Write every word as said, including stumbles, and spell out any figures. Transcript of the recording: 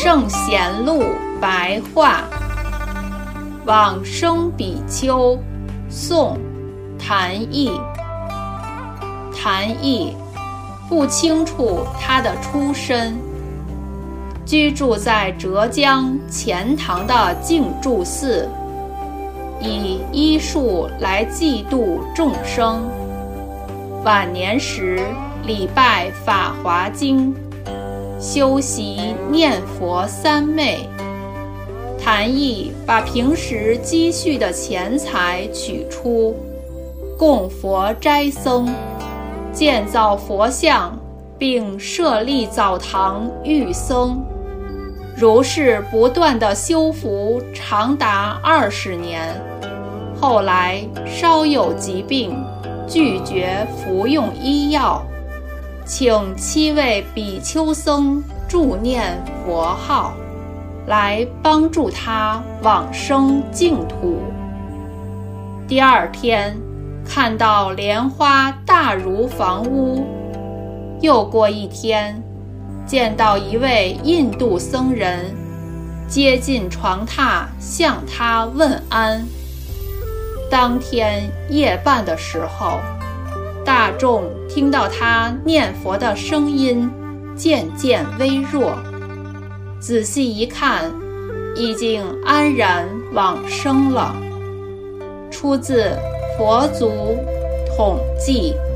圣贤录白话。往生比丘，宋，谭毅。谭毅不清楚他的出身，居住在浙江钱塘的净住寺，以医术来济度众生。晚年时礼拜《法华经》，修习念佛三昧。谭毅把平时积蓄的钱财取出，供佛斋僧，建造佛像，并设立澡堂育僧，如是不断地修福长达二十年。后来稍有疾病，拒绝服用医药，请七位比丘僧助念佛号，来帮助他往生净土。第二天看到莲花大如房屋，又过一天见到一位印度僧人接近床榻向他问安。当天夜半的时候，大众听到他念佛的声音渐渐微弱，仔细一看，已经安然往生了。出自《佛祖统记》。